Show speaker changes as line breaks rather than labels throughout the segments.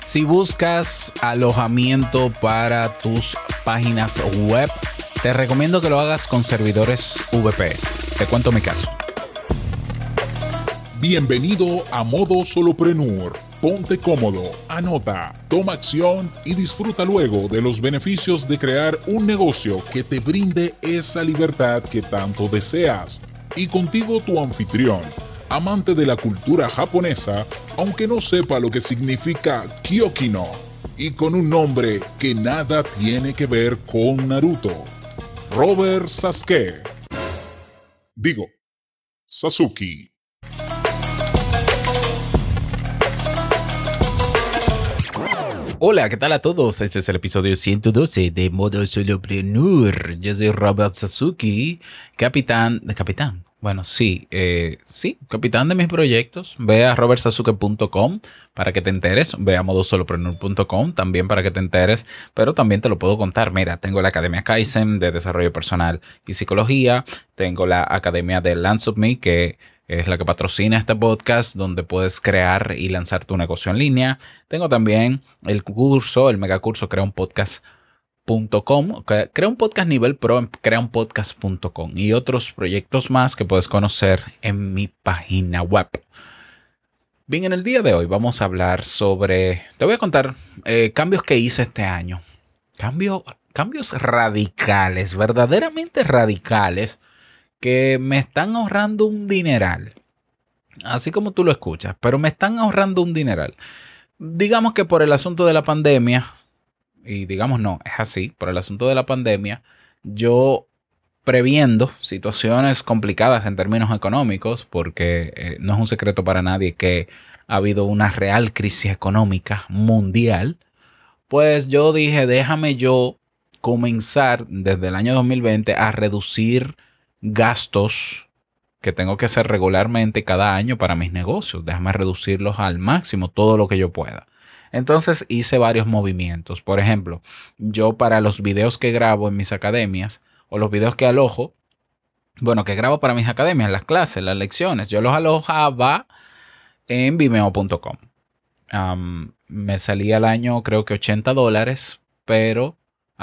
Si buscas alojamiento para tus páginas web, te recomiendo que lo hagas con servidores VPS. Te cuento mi caso.
Bienvenido a Modo Solopreneur. Ponte cómodo, anota, toma acción y disfruta luego de los beneficios de crear un negocio que te brinde esa libertad que tanto deseas. Y contigo tu anfitrión, amante de la cultura japonesa, aunque no sepa lo que significa Kyokino, y con un nombre que nada tiene que ver con Naruto, Robert Sasuke. Digo, Sasuke.
Hola, ¿qué tal a todos? Este es el episodio 112 de Modo Solopreneur. Yo soy Robert Sasuke, capitán, capitán de mis proyectos. Ve a robertsasuke.com para que te enteres. Ve a modosolopreneur.com también para que te enteres. Pero también te lo puedo contar. Mira, tengo la Academia Kaizen de Desarrollo Personal y Psicología. Tengo la Academia de Lands of Me, que es la que patrocina este podcast, donde puedes crear y lanzar tu negocio en línea. Tengo también el curso, el megacurso creaunpodcast.com. Crea un podcast nivel pro en creaunpodcast.com y otros proyectos más que puedes conocer en mi página web. Bien, en el día de hoy vamos a hablar sobre... Te voy a contar cambios que hice este año. Cambios radicales, verdaderamente radicales, que me están ahorrando un dineral. Así como tú lo escuchas, pero me están ahorrando un dineral. Digamos que por el asunto de la pandemia, y digamos no, es así, por el asunto de la pandemia, yo previendo situaciones complicadas en términos económicos, porque no es un secreto para nadie que ha habido una real crisis económica mundial, pues yo dije, déjame yo comenzar desde el año 2020 a reducir gastos que tengo que hacer regularmente cada año para mis negocios. Déjame reducirlos al máximo, todo lo que yo pueda. Entonces hice varios movimientos. Por ejemplo, yo para los videos que grabo en mis academias o los videos que alojo, que grabo para mis academias, las clases, las lecciones, yo los alojaba en vimeo.com. Me salía al año creo que $80, pero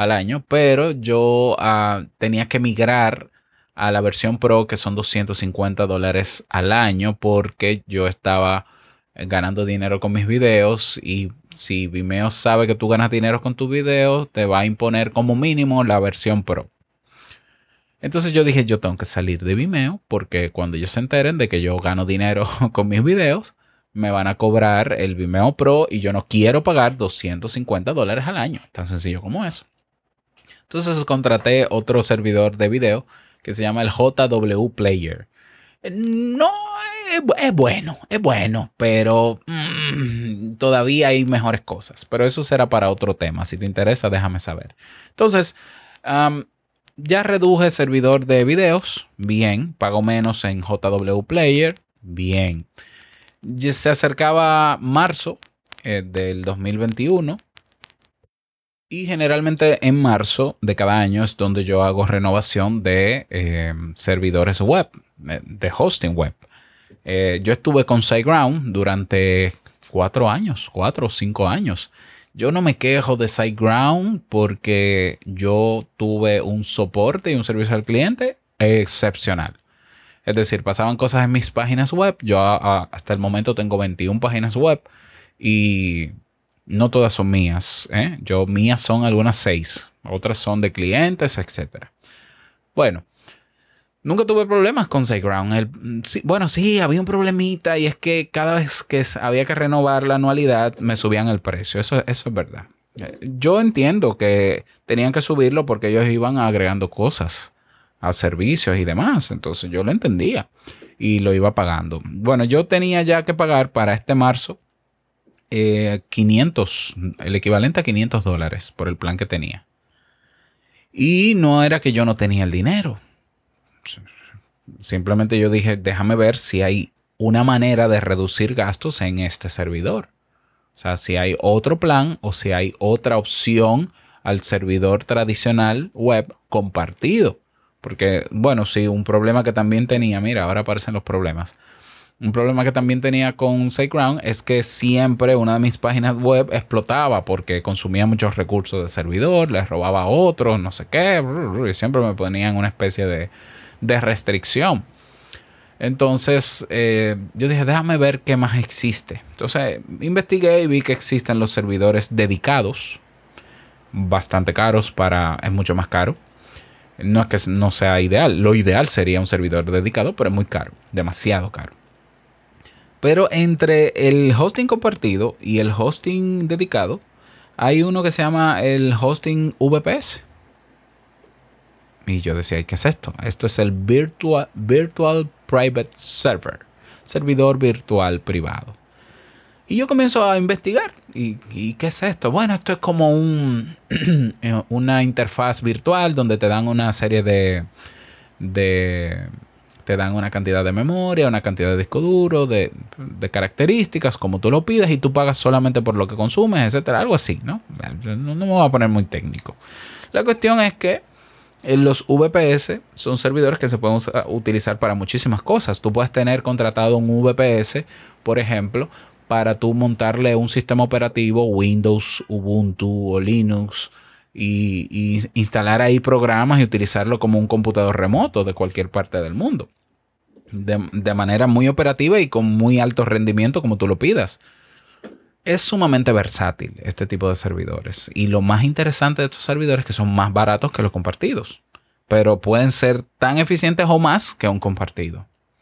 yo tenía que migrar a la versión Pro, que son $250 al año, porque yo estaba ganando dinero con mis videos, y si Vimeo sabe que tú ganas dinero con tus videos, te va a imponer como mínimo la versión Pro. Entonces yo dije, yo tengo que salir de Vimeo, porque cuando ellos se enteren de que yo gano dinero con mis videos, me van a cobrar el Vimeo Pro y yo no quiero pagar $250 al año. Tan sencillo como eso. Entonces contraté otro servidor de video que se llama el JW Player. No, es bueno, pero todavía hay mejores cosas. Pero eso será para otro tema. Si te interesa, déjame saber. Entonces, ya reduje servidor de videos. Bien, pago menos en JW Player. Bien. Ya se acercaba marzo del 2021. Y generalmente en marzo de cada año es donde yo hago renovación de servidores web, de hosting web. Yo estuve con SiteGround durante 4 o 5 años. Yo no me quejo de SiteGround porque yo tuve un soporte y un servicio al cliente excepcional. Es decir, pasaban cosas en mis páginas web. Yo hasta el momento tengo 21 páginas web y no todas son mías, ¿eh? Mías son algunas 6. Otras son de clientes, etc. Bueno, nunca tuve problemas con SiteGround. Sí, había un problemita, y es que cada vez que había que renovar la anualidad me subían el precio. Eso es verdad. Yo entiendo que tenían que subirlo porque ellos iban agregando cosas a servicios y demás. Entonces yo lo entendía y lo iba pagando. Bueno, yo tenía ya que pagar para este marzo 500, el equivalente a $500 por el plan que tenía. Y no era que yo no tenía el dinero. Simplemente yo dije, déjame ver si hay una manera de reducir gastos en este servidor. O sea, si hay otro plan o si hay otra opción al servidor tradicional web compartido. Porque, sí, un problema que también tenía, mira, ahora aparecen los problemas. Un problema que también tenía con SiteGround es que siempre una de mis páginas web explotaba porque consumía muchos recursos de servidor, les robaba a otros, no sé qué, y siempre me ponían una especie de restricción. Entonces yo dije, déjame ver qué más existe. Entonces investigué y vi que existen los servidores dedicados, bastante caros es mucho más caro. No es que no sea ideal, lo ideal sería un servidor dedicado, pero es muy caro, demasiado caro. Pero entre el hosting compartido y el hosting dedicado, hay uno que se llama el hosting VPS. Y yo decía, ¿qué es esto? Esto es el Virtual Private Server, servidor virtual privado. Y yo comienzo a investigar. ¿Y qué es esto? Bueno, esto es como una interfaz virtual donde te dan una serie te dan una cantidad de memoria, una cantidad de disco duro, de características, como tú lo pides, y tú pagas solamente por lo que consumes, etcétera. Algo así, ¿no? No me voy a poner muy técnico. La cuestión es que los VPS son servidores que se pueden utilizar para muchísimas cosas. Tú puedes tener contratado un VPS, por ejemplo, para tú montarle un sistema operativo, Windows, Ubuntu o Linux, y instalar ahí programas y utilizarlo como un computador remoto de cualquier parte del mundo. De manera muy operativa y con muy alto rendimiento como tú lo pidas. Es sumamente versátil este tipo de servidores. Y lo más interesante de estos servidores es que son más baratos que los compartidos. Pero pueden ser tan eficientes o más que un compartido.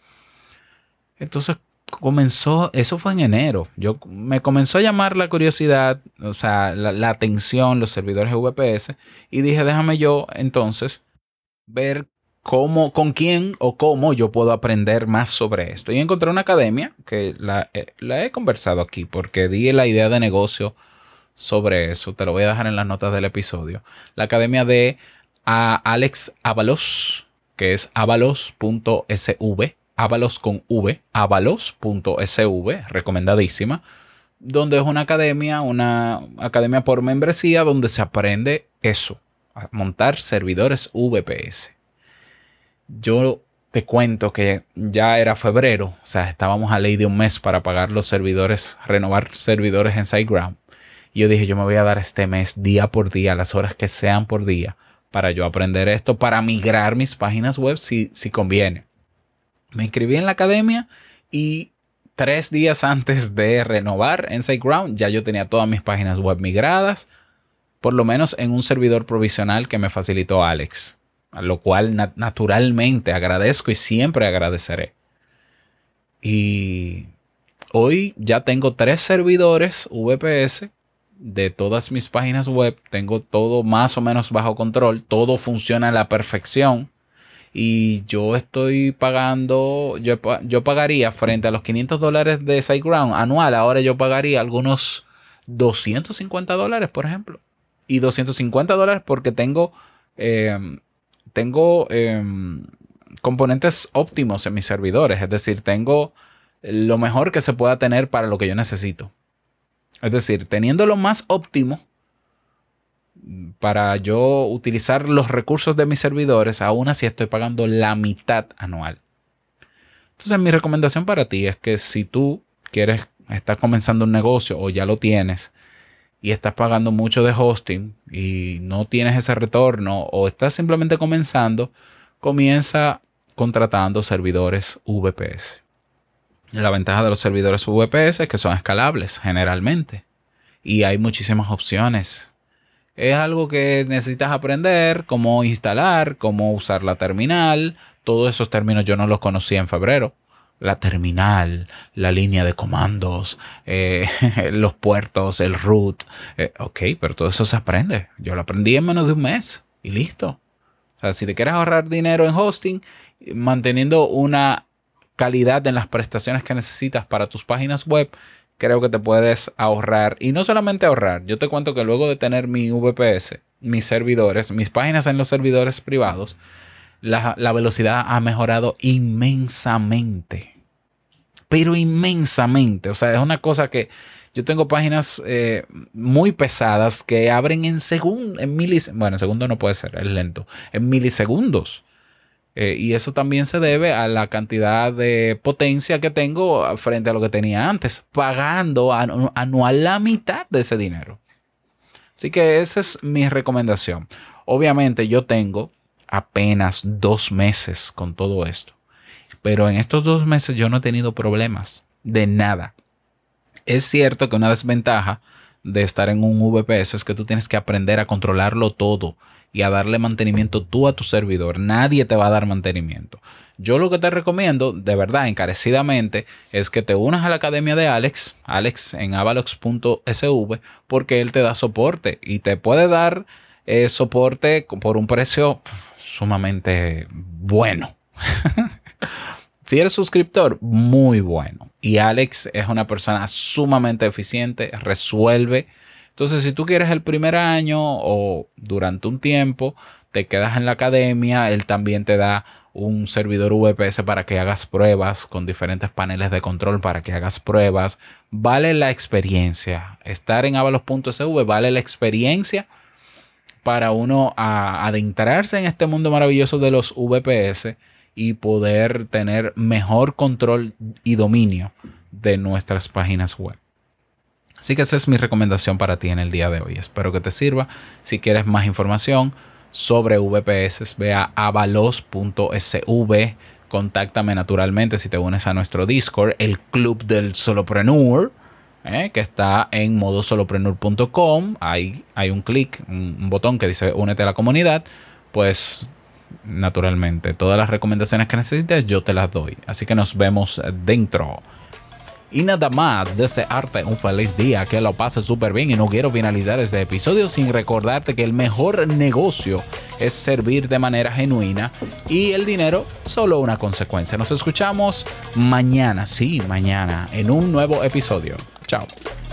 Entonces eso fue en enero. Me comenzó a llamar la curiosidad, o sea, la atención, los servidores VPS. Y dije, déjame yo entonces ver con quién o cómo yo puedo aprender más sobre esto. Y encontré una academia que la he conversado aquí porque di la idea de negocio sobre eso. Te lo voy a dejar en las notas del episodio. La academia de Alex Ábalos, que es avalos.sv, Ábalos con V, avalos.sv, recomendadísima, donde es una academia por membresía donde se aprende eso, a montar servidores VPS. Yo te cuento que ya era febrero, o sea, estábamos a ley de un mes para pagar los servidores, renovar servidores en SiteGround. Y yo dije, yo me voy a dar este mes día por día, las horas que sean por día, para yo aprender esto, para migrar mis páginas web si conviene. Me inscribí en la academia y 3 días antes de renovar en SiteGround ya yo tenía todas mis páginas web migradas, por lo menos en un servidor provisional que me facilitó Alex. A lo cual naturalmente agradezco y siempre agradeceré. Y hoy ya tengo 3 servidores VPS de todas mis páginas web. Tengo todo más o menos bajo control. Todo funciona a la perfección. Y yo estoy pagando, yo pagaría frente a los $500 de SiteGround anual. Ahora yo pagaría algunos $250, por ejemplo. Y $250 porque tengo componentes óptimos en mis servidores. Es decir, tengo lo mejor que se pueda tener para lo que yo necesito. Es decir, teniendo lo más óptimo para yo utilizar los recursos de mis servidores, aún así estoy pagando la mitad anual. Entonces, mi recomendación para ti es que si tú estás comenzando un negocio o ya lo tienes y estás pagando mucho de hosting y no tienes ese retorno o estás simplemente comenzando, comienza contratando servidores VPS. La ventaja de los servidores VPS es que son escalables generalmente y hay muchísimas opciones. Es algo que necesitas aprender, cómo instalar, cómo usar la terminal. Todos esos términos yo no los conocía en febrero. La terminal, la línea de comandos, los puertos, el root. Ok, pero todo eso se aprende. Yo lo aprendí en menos de un mes y listo. O sea, si te quieres ahorrar dinero en hosting, manteniendo una calidad en las prestaciones que necesitas para tus páginas web, creo que te puedes ahorrar. Y no solamente ahorrar. Yo te cuento que luego de tener mi VPS, mis servidores, mis páginas en los servidores privados, la velocidad ha mejorado inmensamente. Pero inmensamente. O sea, es una cosa que yo tengo páginas muy pesadas que abren en segundos, bueno, en segundos no puede ser, es lento, en milisegundos. Y eso también se debe a la cantidad de potencia que tengo frente a lo que tenía antes, pagando anual la mitad de ese dinero. Así que esa es mi recomendación. Obviamente yo tengo apenas 2 meses con todo esto, pero en estos 2 meses yo no he tenido problemas de nada. Es cierto que una desventaja de estar en un VPS es que tú tienes que aprender a controlarlo todo y a darle mantenimiento tú a tu servidor. Nadie te va a dar mantenimiento. Yo lo que te recomiendo, de verdad, encarecidamente, es que te unas a la academia de Alex en avalox.sv, porque él te da soporte y te puede dar soporte por un precio sumamente bueno. Si eres suscriptor, muy bueno. Y Alex es una persona sumamente eficiente, resuelve. Entonces, si tú quieres el primer año o durante un tiempo, te quedas en la academia, él también te da un servidor VPS para que hagas pruebas con diferentes paneles de control para que hagas pruebas. Vale la experiencia. Estar en avalos.sv vale la experiencia para uno adentrarse en este mundo maravilloso de los VPS y poder tener mejor control y dominio de nuestras páginas web. Así que esa es mi recomendación para ti en el día de hoy. Espero que te sirva. Si quieres más información sobre VPS, ve a avalos.sv. Contáctame naturalmente si te unes a nuestro Discord, el Club del Solopreneur, que está en modosolopreneur.com. Ahí hay un clic, un botón que dice únete a la comunidad. Pues naturalmente todas las recomendaciones que necesites yo te las doy. Así que nos vemos dentro. Y nada más, desearte un feliz día, que lo pases súper bien, y no quiero finalizar este episodio sin recordarte que el mejor negocio es servir de manera genuina y el dinero solo una consecuencia. Nos escuchamos mañana, sí, mañana, en un nuevo episodio. Chao.